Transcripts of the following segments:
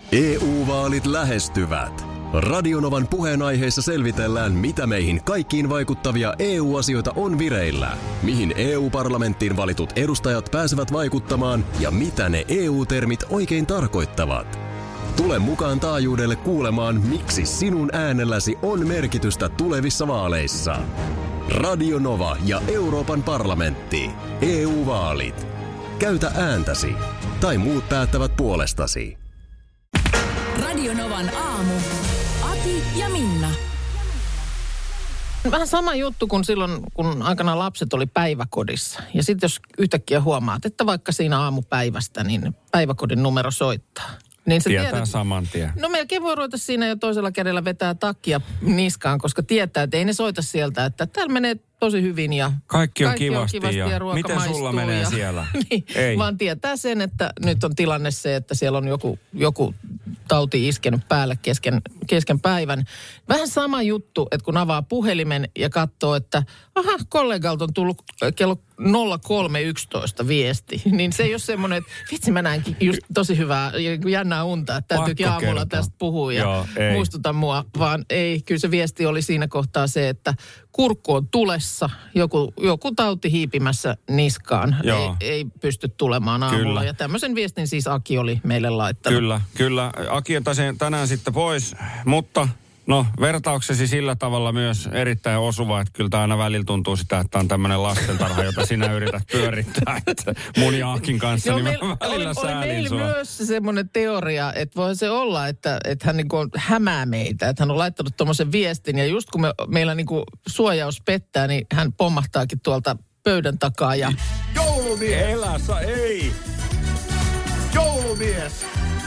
EU-vaalit lähestyvät. Radionovan puheenaiheessa selvitellään, mitä meihin kaikkiin vaikuttavia EU-asioita on vireillä, mihin EU-parlamenttiin valitut edustajat pääsevät vaikuttamaan ja mitä ne EU-termit oikein tarkoittavat. Tule mukaan taajuudelle kuulemaan, miksi sinun äänelläsi on merkitystä tulevissa vaaleissa. Radio Nova ja Euroopan parlamentti. EU-vaalit. Käytä ääntäsi. Tai muut päättävät puolestasi. Radio Novan aamu. Ati ja Minna. Vähän sama juttu kuin silloin, kun aikanaan lapset oli päiväkodissa. Ja sitten jos yhtäkkiä huomaat, että vaikka siinä aamupäivästä, niin päiväkodin numero soittaa. Niin se tietää saman tien. No melkein voi ruveta siinä jo toisella kädellä vetää takkia niskaan, koska tietää, että ei ne soita sieltä, että täällä menee tosi hyvin ja kaikki on kivasti ja ruoka miten maistuu sulla menee siellä? Niin, ei. Vaan tietää sen, että nyt on tilanne se, että siellä on joku tauti iskenyt päälle kesken päivän. Vähän sama juttu, että kun avaa puhelimen ja katsoo, että kollegalta on tullut kello 03.11 viesti, niin se ei ole semmoinen, että vitsi mä näinkin just tosi hyvää, jännää unta, että täytyykin aamulla tästä puhua ja muistuta mua, vaan ei, kyllä se viesti oli siinä kohtaa se, että kurkku on tulessa, joku tauti hiipimässä niskaan, ei pysty tulemaan aamulla. Kyllä. Ja tämmöisen viestin siis Aki oli meille laittanut. Kyllä. Aki on tänään sitten pois, mutta vertauksesi sillä tavalla myös erittäin osuva, että kyllä tämä aina välillä tuntuu sitä, että on tämmäinen lastentarha, jota sinä yrität pyörittää. Että mun ja Akin kanssa, niin mä välillä säälin sua. Oli myös semmoinen teoria, että voi se olla, että hän niin kuin hämää meitä, että hän on laittanut tuommoisen viestin ja just kun meillä niin kuin suojaus pettää, niin hän pommahtaakin tuolta pöydän takaa ja... Joulumies! Ei! Joulumies!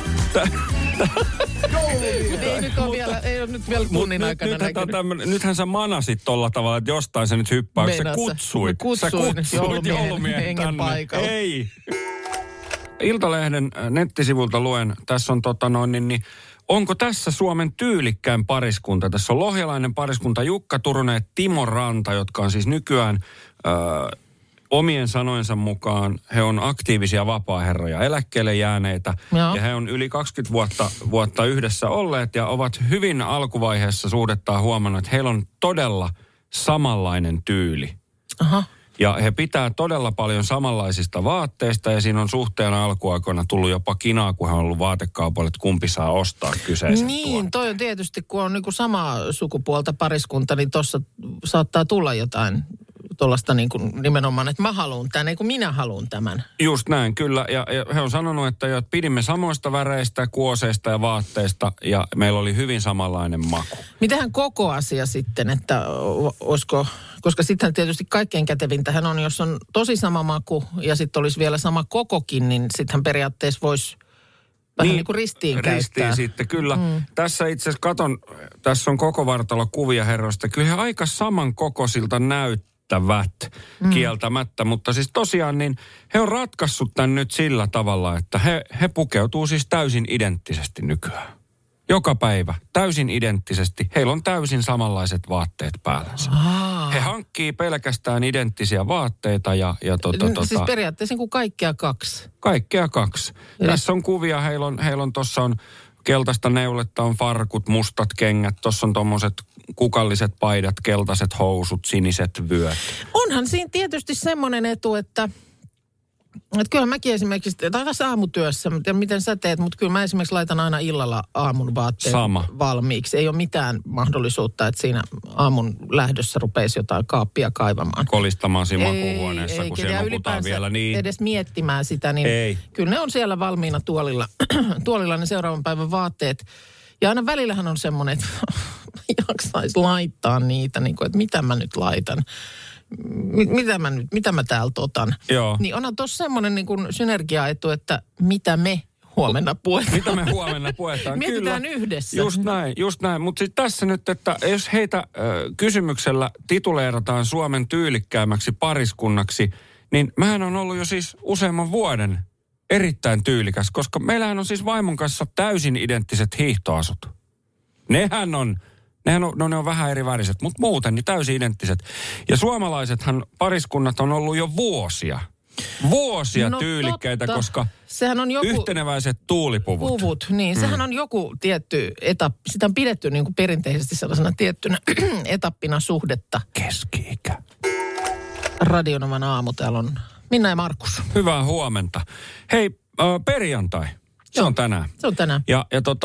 Ei ole nyt vielä tunnin aikana näkynyt. Nythän sä manasit tolla tavalla, että jostain se nyt hyppää, kun sä kutsuit. Sä kutsuit joulumiehen tänne. Paikalla. Ei. Iltalehden nettisivulta luen, tässä on niin onko tässä Suomen tyylikkäin pariskunta? Tässä on lohjalainen pariskunta Jukka Turunen ja Timo Ranta, jotka on siis nykyään... omien sanojensa mukaan he on aktiivisia vapaaherroja, eläkkeelle jääneitä. Joo. Ja he on yli 20 vuotta yhdessä olleet ja ovat hyvin alkuvaiheessa suhdettaan huomannut, että heillä on todella samanlainen tyyli. Aha. Ja he pitää todella paljon samanlaisista vaatteista ja siinä on suhteena alkuaikoina tullut jopa kinaa, kun he on ollut vaatekaupalle, että kumpi saa ostaa kyseisen Niin, toi on tietysti, kun on niin kuin samaa sukupuolta pariskunta, niin tuossa saattaa tulla jotain... tuollaista niin kuin nimenomaan, että mä haluun tämän, ei kun minä haluun tämän. Just näin, kyllä. Ja he on sanonut, että pidimme samoista väreistä, kuoseista ja vaatteista ja meillä oli hyvin samanlainen maku. Mitähän koko asia sitten, että olisiko, koska sittenhän tietysti kaikkein kätevintähän on, jos on tosi sama maku ja sitten olisi vielä sama kokokin, niin sittenhän periaatteessa voisi vähän niin kuin ristiin käyttää. Ristiin sitten, kyllä. Tässä itse asiassa katon, tässä on koko vartalo kuvia herroista. Kyllä he aika samankokoisilta näyttävät kieltämättä, mutta siis tosiaan niin he on ratkaissut tämän nyt sillä tavalla, että he pukeutuu siis täysin identtisesti nykyään. Joka päivä, täysin identtisesti. Heillä on täysin samanlaiset vaatteet päällänsä. He hankkii pelkästään identtisiä vaatteita ja Siis periaatteessa kuin kaikkea kaksi. Kaikkea kaksi. Tässä on kuvia, heillä on tuossa on keltaista neuletta, on farkut, mustat kengät, tuossa on tommoset kukalliset paidat, keltaiset housut, siniset vyöt. Onhan siinä tietysti semmoinen etu, että kyllä mäkin esimerkiksi, tai tässä aamutyössä, miten sä teet, mutta kyllä mä esimerkiksi laitan aina illalla aamun vaatteet valmiiksi. Ei ole mitään mahdollisuutta, että siinä aamun lähdössä rupeisi jotain kaappia kaivamaan. Kolistamaan siinä makuuhuoneessa, kun siellä nukutaan vielä niin. Edes miettimään sitä, niin kyllä ne on siellä valmiina tuolilla ne seuraavan päivän vaatteet. Ja aina välillähän on semmoinen, että jaksaisi laittaa niitä, niin kuin, että mitä mä nyt laitan. Mitä mä täältä otan. Joo. Niin onhan tuossa semmoinen niin kuin synergiaetu, että mitä me huomenna puetaan. Mitä me huomenna puetaan, Mietitään yhdessä. Just näin. Mutta sitten tässä nyt, että jos heitä kysymyksellä tituleerataan Suomen tyylikkäämmäksi pariskunnaksi, niin mähän on ollut jo siis useamman vuoden erittäin tyylikäs, koska meillähän on siis vaimon kanssa täysin identtiset hiihtoasut. Ne on vähän eri väriset, mutta muuten niin täysin identtiset. Ja suomalaisethan pariskunnat on ollut jo vuosia vuosia tyylikkäitä, totta. koska sehän on joku yhteneväiset tuulipuvut. Niin, sehän on joku tietty etappi. Sitä on pidetty niin kuin perinteisesti sellaisena tiettynä etappina suhdetta. Keski-ikä. Radionovan aamu, täällä on Minna ja Markus. Hyvää huomenta. Hei, perjantai. Se on tänään. Se on tänään. Ja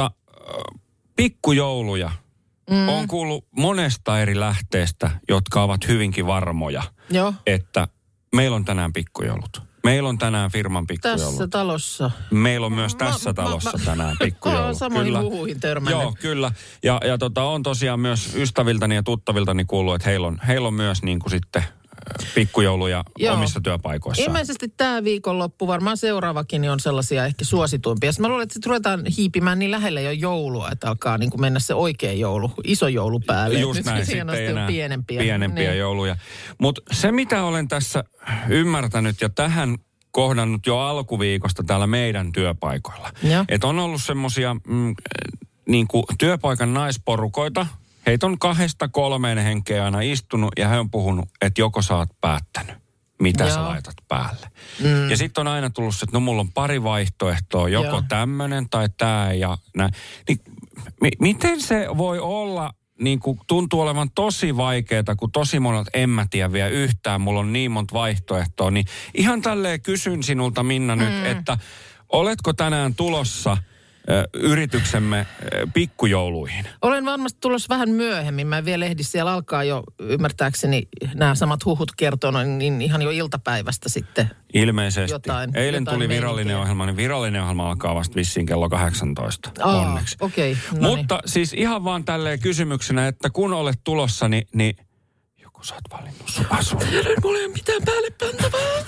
pikkujouluja on kuullut monesta eri lähteestä, jotka ovat hyvinkin varmoja, että meillä on tänään pikkujoulut. Meillä on tänään firman pikkujoulut. Tässä talossa. Meillä on myös tässä talossa tänään pikkujoulut. Samoihin huhuihin törmännyt. Joo, kyllä. Ja on tosiaan myös ystäviltäni ja tuttaviltani kuullut, että heillä on myös niin kuin sitten pikkujouluja omissa työpaikoissaan. Ilmeisesti tämä viikonloppu, varmaan seuraavakin, on sellaisia ehkä suosituimpia. Sitten mä luulen, että sitten ruvetaan hiipimään niin lähelle jo joulua, että alkaa niin kuin mennä se oikea joulu, iso joulu päälle. Just näin, sitten ei enää pienempiä niin. jouluja. Mutta se, mitä olen tässä ymmärtänyt ja tähän kohdannut jo alkuviikosta täällä meidän työpaikoilla, että on ollut semmoisia niin kuin työpaikan naisporukoita. Heitä on 2-3 henkeä aina istunut ja he on puhunut, että joko sä oot päättänyt, mitä sä laitat päälle. Ja sitten on aina tullut se, että no mulla on pari vaihtoehtoa, joko tämmönen tai tää ja näin. Niin, miten se voi olla, niin kuin tuntuu olevan tosi vaikeaa, kun tosi monet en mä tiedä vielä yhtään, mulla on niin monta vaihtoehtoa. Niin ihan tälleen kysyn sinulta, Minna, nyt, että oletko tänään tulossa yrityksemme pikkujouluihin? Olen varmasti tulossa vähän myöhemmin. Mä en vielä ehdi, siellä alkaa jo ymmärtääkseni nämä samat huhut kertoo niin ihan jo iltapäivästä sitten. Ilmeisesti. Eilen jotain tuli virallinen ohjelma, niin virallinen ohjelma alkaa vasta vissiin kello 18. Onneksi. Okei. Mutta siis ihan vaan tälleen kysymyksenä, että kun olet tulossa, niin joku sä oot valinnut sun asun. Mulla ei ole mitään päälle pantavaa.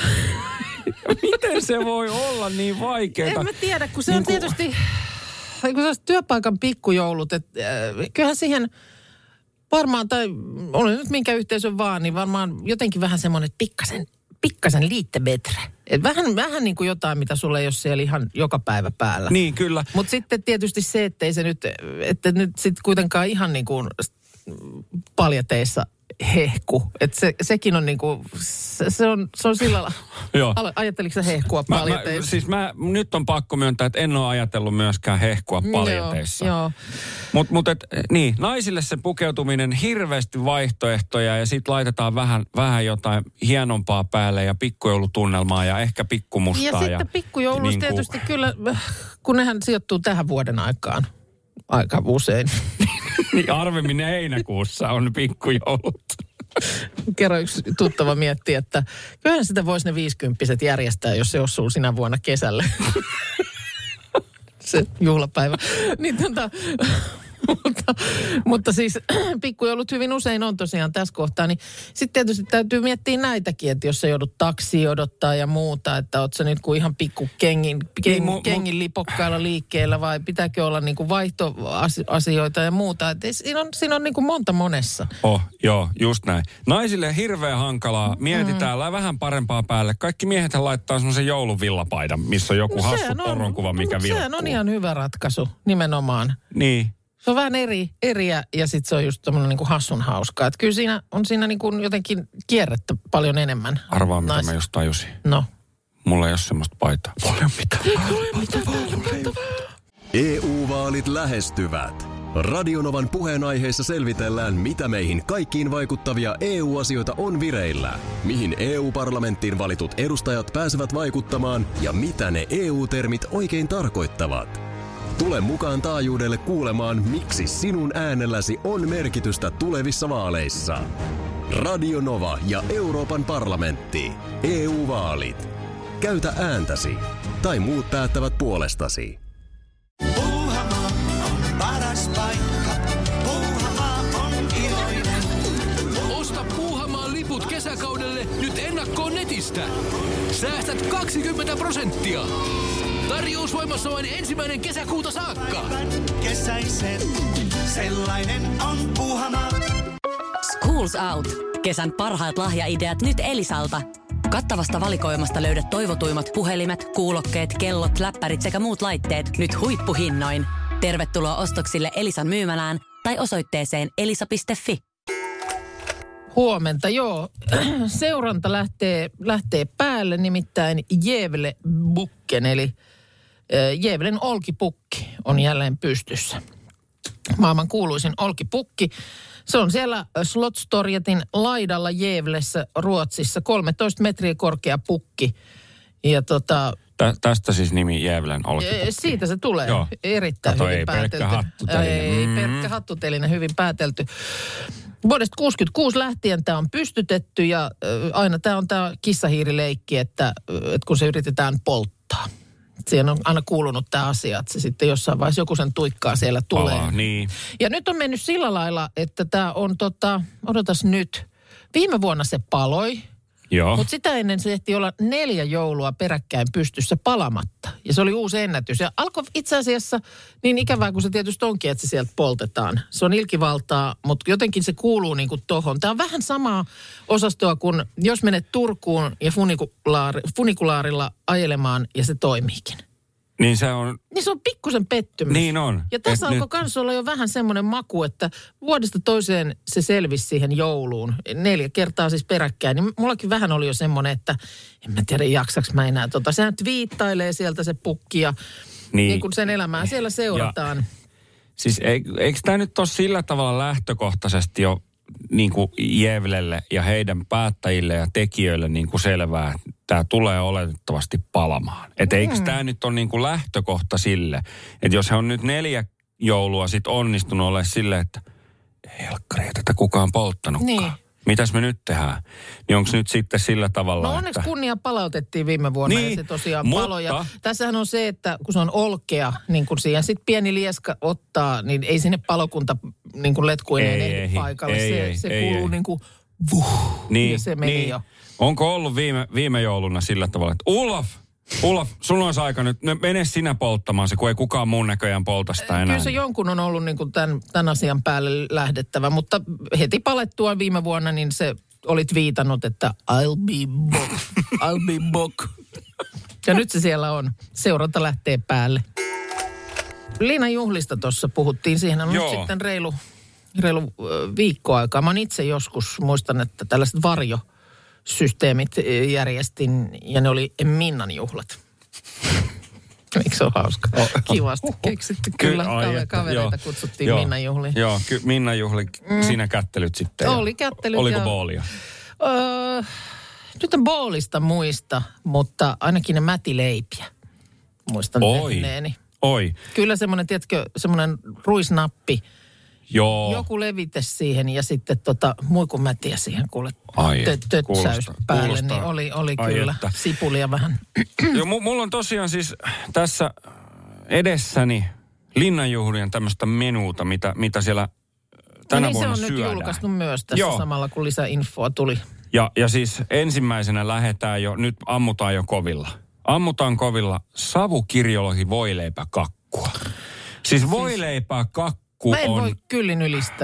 Miten se voi olla niin vaikeaa? En mä tiedä, kun se on tietysti, kun se on työpaikan pikkujoulut, että kyllähän siihen varmaan, tai oli nyt minkä yhteisön vaan, niin varmaan jotenkin vähän semmoinen, että pikkasen liittebetre. Vähän niin kuin jotain, mitä sulle ei ole siellä ihan joka päivä päällä. Niin, kyllä. Mutta sitten tietysti se, ettei se nyt, että nyt sitten kuitenkaan ihan niin kuin paljateissa hehku. Että sekin on niinku, se on sillä lailla. Ajatteliko sä hehkua paljateissa? Nyt on pakko myöntää, että en ole ajatellut myöskään hehkua paljateissa. Joo. Mutta niin, naisille se pukeutuminen hirveästi vaihtoehtoja ja sitten laitetaan vähän jotain hienompaa päälle ja pikkujoulutunnelmaa ja ehkä pikkumustaa. Ja sitten pikkujoulussa niin tietysti kyllä, kun nehän sijoittuu tähän vuoden aikaan aika usein. Niin harvemmin heinäkuussa on pikkujoulut. Kerran yksi tuttava mietti, että kyllähän sitä voisi ne 50-vuotiaat järjestää, jos se osuu sinä vuonna kesälle. Se juhlapäivä. Niin mutta siis pikkujoulut hyvin usein on tosiaan tässä kohtaa, niin sitten tietysti täytyy miettiä näitäkin, että jos sä joudut taksiin odottaa ja muuta, että oot sä nyt kuin ihan pikku kengin lipokkailla liikkeellä vai pitääkö olla niin kuin vaihtoasioita ja muuta, että siinä on niin kuin monessa. Joo, just näin. Naisille hirveän hankalaa, mietitään vähän parempaa päälle. Kaikki miehethän laittaa semmoisen jouluvillapaidan, missä on joku hassu poronkuva, mikä vilkkuu. Sehän on ihan hyvä ratkaisu, nimenomaan. Niin. Se on vähän eriä ja sitten se on just tämmöinen niin kuin hassun hauskaa. Että kyllä siinä on niin kuin jotenkin kierrettä paljon enemmän. Arvaa, mitä mä just tajusin. No. Mulla ei ole semmoista paitaa. Mulla ei ole mitään. EU-vaalit lähestyvät. Radionovan puheenaiheessa selvitellään, mitä meihin kaikkiin vaikuttavia EU-asioita on vireillä, mihin EU-parlamenttiin valitut edustajat pääsevät vaikuttamaan ja mitä ne EU-termit oikein tarkoittavat. Tule mukaan taajuudelle kuulemaan, miksi sinun äänelläsi on merkitystä tulevissa vaaleissa. Radio Nova ja Euroopan parlamentti. EU-vaalit. Käytä ääntäsi. Tai muut päättävät puolestasi. Puuhamaa on paras paikka. Puuhamaa on iloinen. Osta Puuhamaan liput kesäkaudelle nyt ennakkoon netistä. Säästät 20%. Tarjous voimassa vain 1. kesäkuuta saakka. Kesäisen, sellainen on Puuhamaa. Schools Out. Kesän parhaat lahjaideat nyt Elisalta. Kattavasta valikoimasta löydät toivotuimmat puhelimet, kuulokkeet, kellot, läppärit sekä muut laitteet nyt huippuhinnoin. Tervetuloa ostoksille Elisan myymälään tai osoitteeseen elisa.fi. Huomenta, joo. Seuranta lähtee päälle, nimittäin Gävle Bucken, eli Gävlen olkipukki on jälleen pystyssä. Maailman kuuluisin olkipukki. Se on siellä Slottstorgetin laidalla Gävlessä, Ruotsissa, 13 metriä korkea pukki. Ja tästä siis nimi Gävlen olkipukki. Siitä se tulee. Joo. Erittäin hyvin päätelty. Pelkkä hattuteline. Ei pelkkä hattuteline, hyvin päätelty. Vuodesta 1966 lähtien tämä on pystytetty ja aina tämä on tämä kissahiirileikki, että kun se yritetään polttaa. Siihen on aina kuulunut tämä asia, että se sitten jossain vaiheessa joku sen tuikkaa siellä tulee. Palaa, niin. Ja nyt on mennyt sillä lailla, että tämä on odotas nyt, viime vuonna se paloi. Joo. Mutta sitä ennen se ehti olla 4 joulua peräkkäin pystyssä palamatta. Ja se oli uusi ennätys. Ja alkoi itse asiassa niin ikävää kuin se tietysti onkin, että se sieltä poltetaan. Se on ilkivaltaa, mutta jotenkin se kuuluu niin kuin tohon. Tämä on vähän samaa osastoa kuin jos menet Turkuun ja funikulaarilla ajelemaan ja se toimiikin. Niin se on... Niin se on pikkusen pettymys. Niin on. Ja tässä alkoi kanssa olla jo vähän semmoinen maku, että vuodesta toiseen se selvisi siihen jouluun. 4 kertaa siis peräkkäin. Niin mullakin vähän oli jo semmoinen, että en mä tiedä jaksaks mä enää Sehän twiittailee sieltä se pukki ja niin kun sen elämää siellä seurataan. Ja, siis eikö tämä nyt ole sillä tavalla lähtökohtaisesti jo niin kuin Gävlelle ja heidän päättäjille ja tekijöille niin kuin selvää, että tämä tulee oletettavasti palamaan. Että eikö tämä nyt ole niin kuin lähtökohta sille, että jos he on nyt 4 joulua sitten onnistunut olemaan silleen, että ei helkkari, ei tätä kukaan polttanutkaan. Niin. Mitäs me nyt tehdään? Niin onko nyt sitten sillä tavalla, no onneksi kunnia palautettiin viime vuonna ja se tosiaan paloi. Ja tässähän on se, että kun se on olkea, niin kun siihen sitten pieni lieska ottaa, niin ei sinne palokunta niin kuin letkuineen ehdi paikalle. Se kuuluu niin kuin niin, ja se meni jo. Onko ollut viime jouluna sillä tavalla, että Ulaf, sun olisi aika nyt, mene sinä polttamaan se, kun ei kukaan muun näköjään polta sitä enää. Kyllä se jonkun on ollut niin kuin tämän asian päälle lähdettävä, mutta heti palettua viime vuonna, niin se olit viitannut, että I'll be back. Ja nyt se siellä on. Seuranta lähtee päälle. Liinan juhlista tuossa puhuttiin. Siihen on nyt sitten reilu viikko aikaa. Mä oon itse joskus, muistan, että tällaiset varjosysteemit järjestin ja ne oli Minnan juhlat. Eikö se ole hauska? Kivasti keksitty. Kyllä, kavereita kutsuttiin Minnan juhliin. Joo, Minnan juhli, siinä kättelyt sitten. Oli kättelyt. Oliko boolia? Nyt en boolista muista, mutta ainakin ne mätileipiä muistan tehneeni. Oi. Kyllä semmoinen, tiedätkö, semmoinen ruisnappi. Joo. Joku levite siihen ja sitten muikunmätiä siihen kuule tötsäys päälle, niin oli kyllä että sipulia vähän. Joo, mulla on tosiaan siis tässä edessäni linnanjuhlien tämmöistä menuuta, mitä siellä tänä vuonna syödään. Se on nyt julkaistu myös tässä samalla, kun lisäinfoa tuli. Ja siis ensimmäisenä lähdetään nyt ammutaan jo kovilla. Ammutaan kovilla savukirjolohi voileipäkakkua. Siis voileipäkakku. Mä en voi kyllin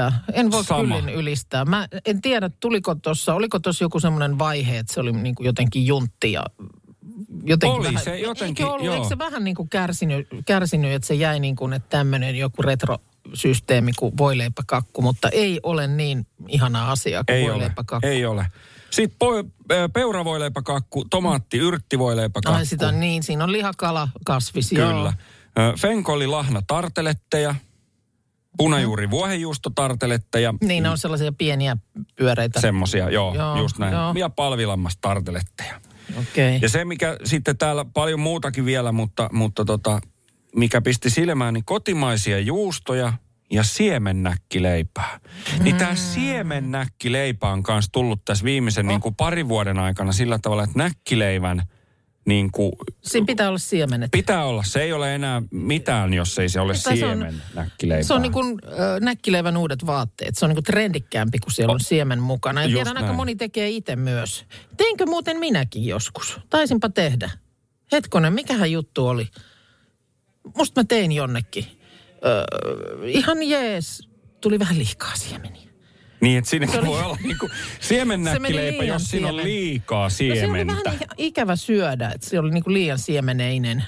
ylistää. Mä en tiedä, oliko tuossa joku semmoinen vaihe, että se oli niin kuin jotenkin juntti ja jotenkin oli vähän, se jotenkin, eikö se vähän niin kuin kärsinyt, että se jäi niin kuin, että tämmöinen joku retrosysteemi kuin voileipäkakku, mutta ei ole niin ihanaa asiaa kuin voileipäkakku. Ei ole. Sitten peuravoileipäkakku, tomaatti-yrttivoileipäkakku. Ai sitä on niin, siinä on lihakala, kasvis. Kyllä. Fenkoli-lahna tarteletteja. Punajuuri vuohenjuustotarteletteja. Niin, ne on sellaisia pieniä pyöreitä. Semmoisia, joo, just näin. Joo. Ja palvilammastarteletteja. Okei. Ja se, mikä sitten täällä paljon muutakin vielä, mutta mikä pisti silmään, niin kotimaisia juustoja ja siemennäkkileipää. Niin tämä siemennäkkileipä on kanssa tullut tässä viimeisen niin kuin 2 vuoden aikana sillä tavalla, että näkkileivän niin kuin... Siinä pitää olla siemenet. Pitää olla. Se ei ole enää mitään, jos ei se ole näkkileipää. Se on niin kuin näkkileivän uudet vaatteet. Se on niin kuin trendikkäämpi, kun siellä on siemen mukana. Ja tiedän, aika moni tekee itse myös. Teinkö muuten minäkin joskus? Taisinpa tehdä. Hetkonen, mikähän juttu oli? Musta mä tein jonnekin. Ihan jees. Tuli vähän liikaa siemeniä. Niin, että siinä voi olla niin kuin siemennäkkileipä, jos siinä on liikaa siementä. No se oli vähän ikävä syödä, että se oli niin kuin liian siemeneinen.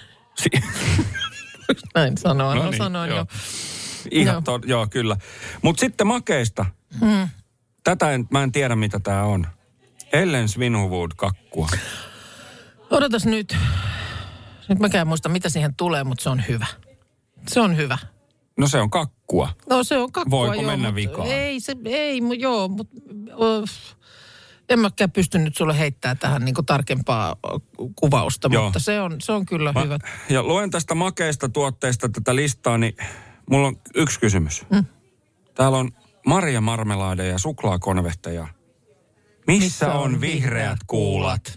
Näin sanoin. Sanoin jo. Ihan joo, kyllä. Mutta sitten makeista. mä en tiedä mitä tää on. Ellen Svinhufvud kakkua. Odotas nyt. Nyt mäkään en muista, mitä siihen tulee, mutta se on hyvä. Se on hyvä. No se on kakkua. No se on kakkua, Voiko mennä vikaan? Mutta en mäkään pysty nyt sulle heittämään tähän niin kuin tarkempaa kuvausta, Joo. mutta se on kyllä hyvä. Ja luen tästä makeista tuotteista tätä listaa, niin mulla on yksi kysymys. Täällä on marjamarmelaadeja ja suklaakonvehteja. Missä on vihreät kuulat?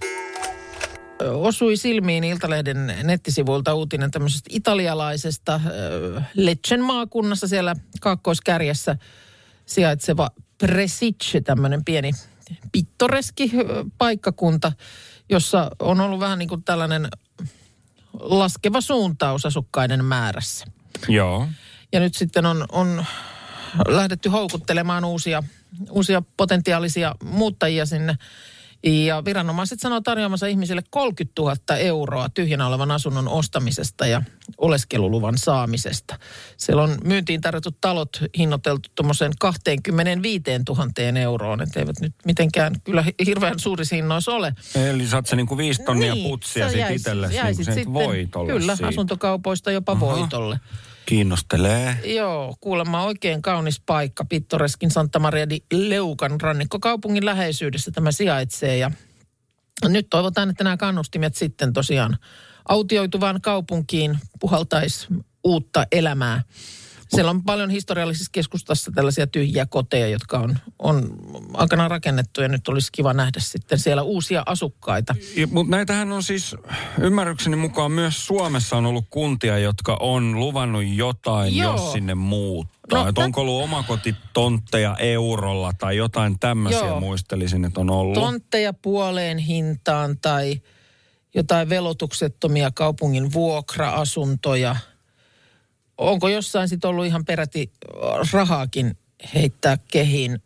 Osui silmiin Iltalehden nettisivuilta uutinen tämmöisestä italialaisesta Lecchen maakunnassa siellä kaakkoiskärjessä sijaitseva Presicce, tämmöinen pieni pittoreski paikkakunta, jossa on ollut vähän niin kuin tällainen laskeva suuntaus asukkaiden määrässä. Joo. Ja nyt sitten on lähdetty houkuttelemaan uusia potentiaalisia muuttajia sinne. Ja viranomaiset sanoo tarjoamassa ihmisille 30 000 euroa tyhjänä olevan asunnon ostamisesta ja oleskeluluvan saamisesta. Siellä on myyntiin tarjotut talot hinnoiteltu tuommoiseen 25 000 euroon. Että eivät nyt mitenkään kyllä hirveän suurissa hinnoissa ole. Eli saat se niinku 5 tonnia putsia sit itsellesi niinku sen voitolle. Kyllä, siitä. Asuntokaupoista jopa voitolle. Kiinnostelee. Joo, kuulemma oikein kaunis paikka. Pittoreskin Santa Maria di Leucan rannikkokaupungin läheisyydessä tämä sijaitsee. Ja nyt toivotaan, että nämä kannustimet sitten tosiaan autioituvaan kaupunkiin puhaltaisi uutta elämää. Siellä on paljon historiallisessa keskustassa tällaisia tyhjiä koteja, jotka on aikanaan rakennettu ja nyt olisi kiva nähdä sitten siellä uusia asukkaita. Mutta näitähän on siis ymmärrykseni mukaan myös Suomessa on ollut kuntia, jotka on luvannut jotain, jos sinne muuttaa. No, onko ollut omakotitontteja eurolla tai jotain tämmöisiä muistelisin, että on ollut. Tontteja puoleen hintaan tai jotain velotuksettomia kaupungin vuokra-asuntoja. Onko jossain sitten ollut ihan peräti rahaakin heittää kehiin?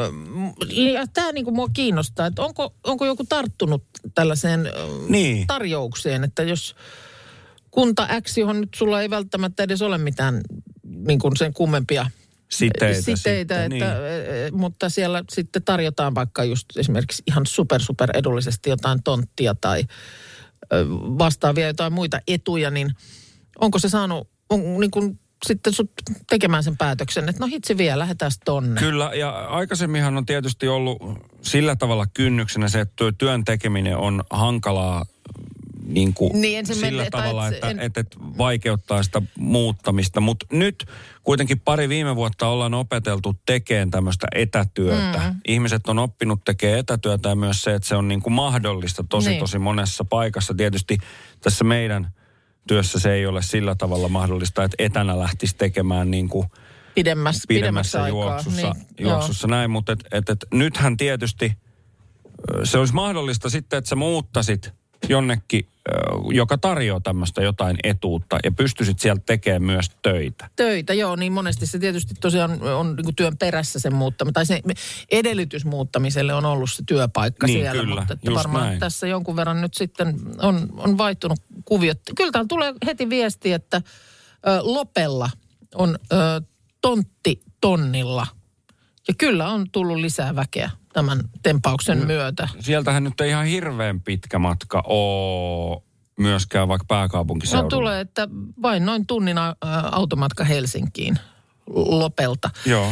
Tämä niinku mua kiinnostaa, että onko joku tarttunut tällaiseen tarjoukseen, että jos kunta X, johon nyt sulla ei välttämättä edes ole mitään niin kuin sen kummempia siteitä sitten, mutta siellä sitten tarjotaan vaikka just esimerkiksi ihan super edullisesti jotain tonttia tai vastaavia jotain muita etuja, niin onko se saanut niin kuin sitten sut tekemään sen päätöksen, että no hitsi vielä, lähdetään tonne. Kyllä, ja aikaisemminhan on tietysti ollut sillä tavalla kynnyksenä se, että työn tekeminen on hankalaa niin kuin sillä tavalla, että vaikeuttaa sitä muuttamista. Mutta nyt kuitenkin pari viime vuotta ollaan opeteltu tekemään tämmöistä etätyötä. Ihmiset on oppinut tekemään etätyötä ja myös se, että se on niin kuin mahdollista tosi monessa paikassa. Tietysti tässä meidän työssä se ei ole sillä tavalla mahdollista, että etänä lähtisi tekemään niin kuin pidemmässä juoksussa näin. Mutta nythän tietysti se olisi mahdollista sitten, että sä muuttasit jonnekin, joka tarjoaa tämmöistä jotain etuutta ja pystyisit sieltä tekemään myös töitä. Töitä, joo, niin monesti se tietysti tosiaan on niin kuin työn perässä sen muuttaminen, tai se edellytys muuttamiselle on ollut se työpaikka niin, siellä. Kyllä, mutta että varmaan näin. tässä jonkun verran nyt sitten on vaihtunut kuviot. Kyllä täällä tulee heti viesti, että Lopella on tontti tonnilla. Ja kyllä on tullut lisää väkeä tämän tempauksen myötä. Sieltähän nyt ei ihan hirveän pitkä matka ole myöskään vaikka pääkaupunkiseudulla. No tulee, että vain noin tunnin automatka Helsinkiin Lopelta. Joo.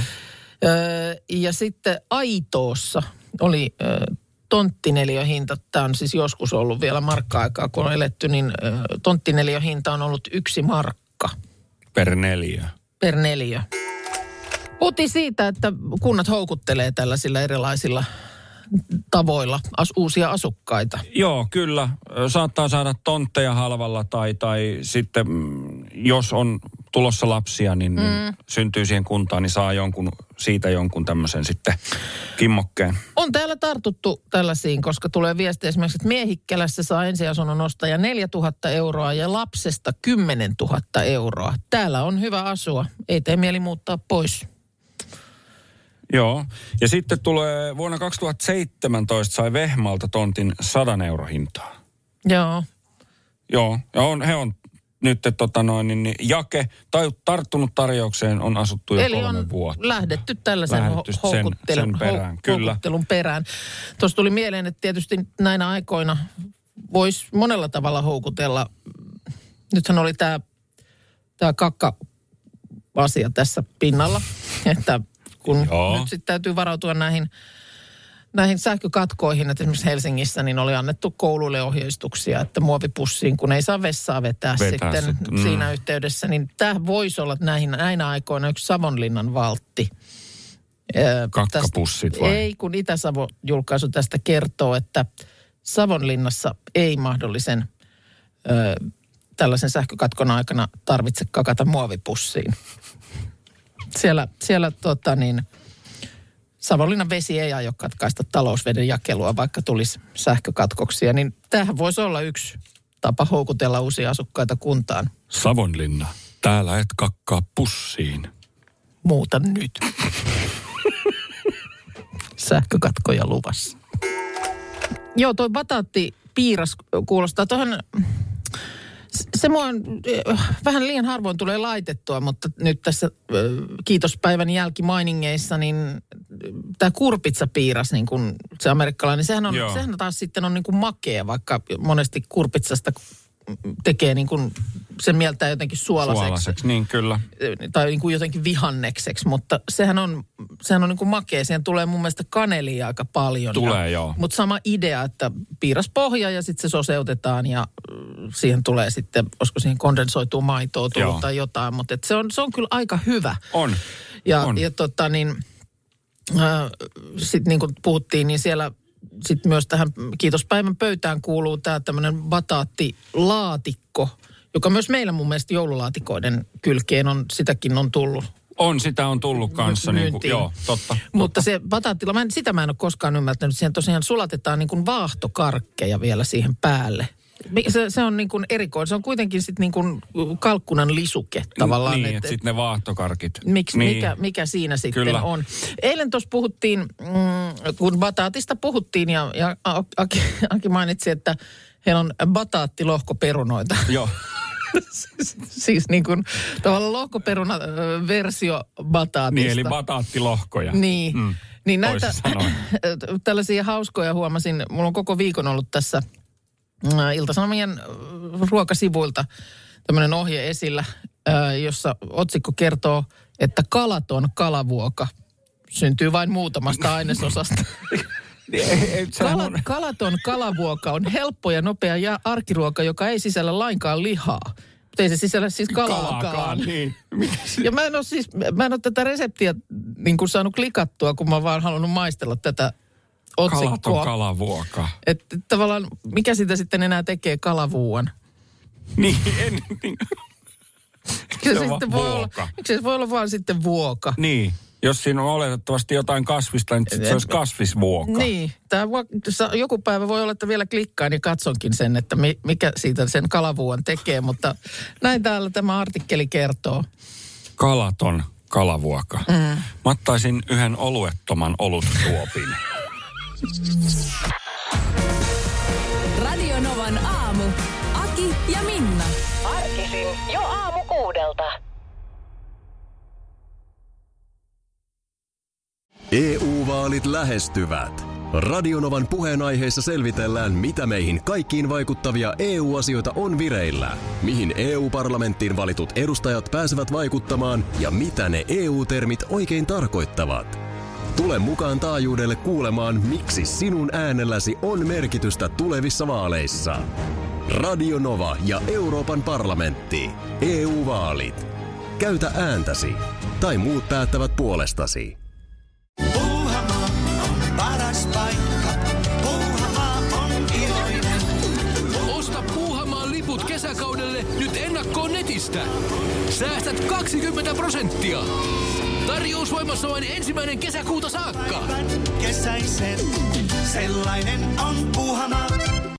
Ja sitten Aitoossa oli tonttineliöhinta. Tämä on siis joskus ollut vielä markka-aikaa, kun on eletty, niin tonttineliöhinta on ollut 1 markka. Per neliö. Per neliö. Puhuttiin siitä, että kunnat houkuttelee tällaisilla erilaisilla tavoilla uusia asukkaita. Joo, kyllä. Saattaa saada tontteja halvalla tai sitten jos on tulossa lapsia, niin syntyy siihen kuntaan, niin saa siitä jonkun tämmöisen sitten kimmokkeen. On täällä tartuttu tällaisiin, koska tulee viesti esimerkiksi, että Miehikkälässä saa ensiasunnon ostaja 4 000 euroa ja lapsesta 10 000 euroa. Täällä on hyvä asua. Ei tee mieli muuttaa pois. Joo, ja sitten tulee vuonna 2017 sai Vehmaalta tontin 100 € hintaa. Joo. Joo, ja he on nyt jake tai tarttunut tarjoukseen on asuttu jo 3 vuotta. Eli on lähdetty tällaisen houkuttelun perään. Tuossa tuli mieleen, että tietysti näinä aikoina voisi monella tavalla houkutella. Nythän oli tämä kakka-asia tässä pinnalla, että kun nyt sitten täytyy varautua näihin sähkökatkoihin, että esimerkiksi Helsingissä niin oli annettu kouluille ohjeistuksia, että muovipussiin, kun ei saa vessaa vetää sitten siinä yhteydessä, niin tämä voisi olla näinä aikoina yksi Savonlinnan valtti. Kakkapussit vai? Ei, kun Itä-Savo-julkaisu tästä kertoo, että Savonlinnassa ei mahdollisen tällaisen sähkökatkon aikana tarvitse kakata muovipussiin. Siellä Savonlinnan vesi ei aio katkaista talousveden jakelua, vaikka tulisi sähkökatkoksia, niin tämähän voisi olla yksi tapa houkutella uusia asukkaita kuntaan. Savonlinna, täällä et kakkaa pussiin. Muuta nyt. Sähkökatkoja luvassa. Joo, toi bataattipiiras kuulostaa tuohon. Se mua vähän liian harvoin tulee laitettua, mutta nyt tässä kiitospäivän jälkimainingeissa, niin tämä kurpitsapiiras, niin kuin se amerikkalainen, sehän taas sitten on niin kuin makea, vaikka monesti kurpitsasta tekee niin kuin, sen mieltää jotenkin suolaiseksi. Niin kyllä. Tai niin kuin jotenkin vihannekseksi, mutta sehän on niin kuin makea. Siihen tulee mun mielestä kanelia aika paljon. Tulee, joo. Mutta sama idea, että piiraspohja ja sitten se soseutetaan ja siihen tulee sitten, olisiko siihen kondensoituu maitoa tullut tai jotain. Mutta se on kyllä aika hyvä. On. Ja sitten niin kuin puhuttiin, niin siellä sitten myös tähän kiitospäivän pöytään kuuluu tämä tämmöinen bataattilaatikko, joka myös meillä mun mielestä joululaatikoiden kylkeen sitäkin on tullut. Sitä on tullut kanssa. Totta. Mutta se bataattila, sitä mä en ole koskaan ymmärtänyt. Siihen tosiaan sulatetaan niin kuin vaahtokarkkeja vielä siihen päälle. Se on niin kuin erikoinen. Se on kuitenkin sitten niin kuin kalkkunan lisuke tavallaan. Niin, että sitten ne vaahtokarkit. Mikä siinä sitten Kyllä. on. Eilen tuossa puhuttiin, kun bataatista puhuttiin ja Aki mainitsi, että heillä on bataattilohkoperunoita. Joo. Siis niin kuin tavallaan lohkoperuna-versio bataatista. Niin, eli bataattilohkoja. Niin. Niin näitä tällaisia hauskoja huomasin. Mulla on koko viikon ollut tässä Ilta-Sanomien ruokasivuilta tämmöinen ohje esillä, jossa otsikko kertoo, että kalaton kalavuoka syntyy vain muutamasta ainesosasta. Kalaton kalavuoka on helppo ja nopea arkiruoka, joka ei sisällä lainkaan lihaa. Mutta ei se sisällä siis kalaakaan. Niin. Ja mä en ole tätä reseptiä niin kuin saanut klikattua, kun mä oon vaan halunnut maistella tätä otsikkoa. Kalaton kalavuoka. Että tavallaan, mikä sitä sitten enää tekee kalavuuan? Niin, Miksi se voi olla vaan sitten vuoka? Niin, jos siinä on oletettavasti jotain kasvista, niin se olisi kasvisvuoka. Niin, joku päivä voi olla, että vielä klikkaan ja katsonkin sen, että mikä siitä sen kalavuuan tekee, mutta näin täällä tämä artikkeli kertoo. Kalaton kalavuoka. Mä ottaisin yhden oluettoman oluttuopin. Radio Novan aamu. Aki ja Minna. Arkisin jo 6:00. EU-vaalit lähestyvät. Radionovan puheenaiheessa selvitellään, mitä meihin kaikkiin vaikuttavia EU-asioita on vireillä, mihin EU-parlamenttiin valitut edustajat pääsevät vaikuttamaan ja mitä ne EU-termit oikein tarkoittavat. Tule mukaan taajuudelle kuulemaan, miksi sinun äänelläsi on merkitystä tulevissa vaaleissa. Radio Nova ja Euroopan parlamentti. EU-vaalit. Käytä ääntäsi. Tai muut päättävät puolestasi. Puuhamaa on paras paikka. Puuhamaa on iloinen. Osta Puuhamaan liput kesäkaudelle nyt ennakkoon netistä. Säästät 20%. Tarjous voimassa vain 1. kesäkuuta saakka. Kesäisen, sellainen on Puuhamaa.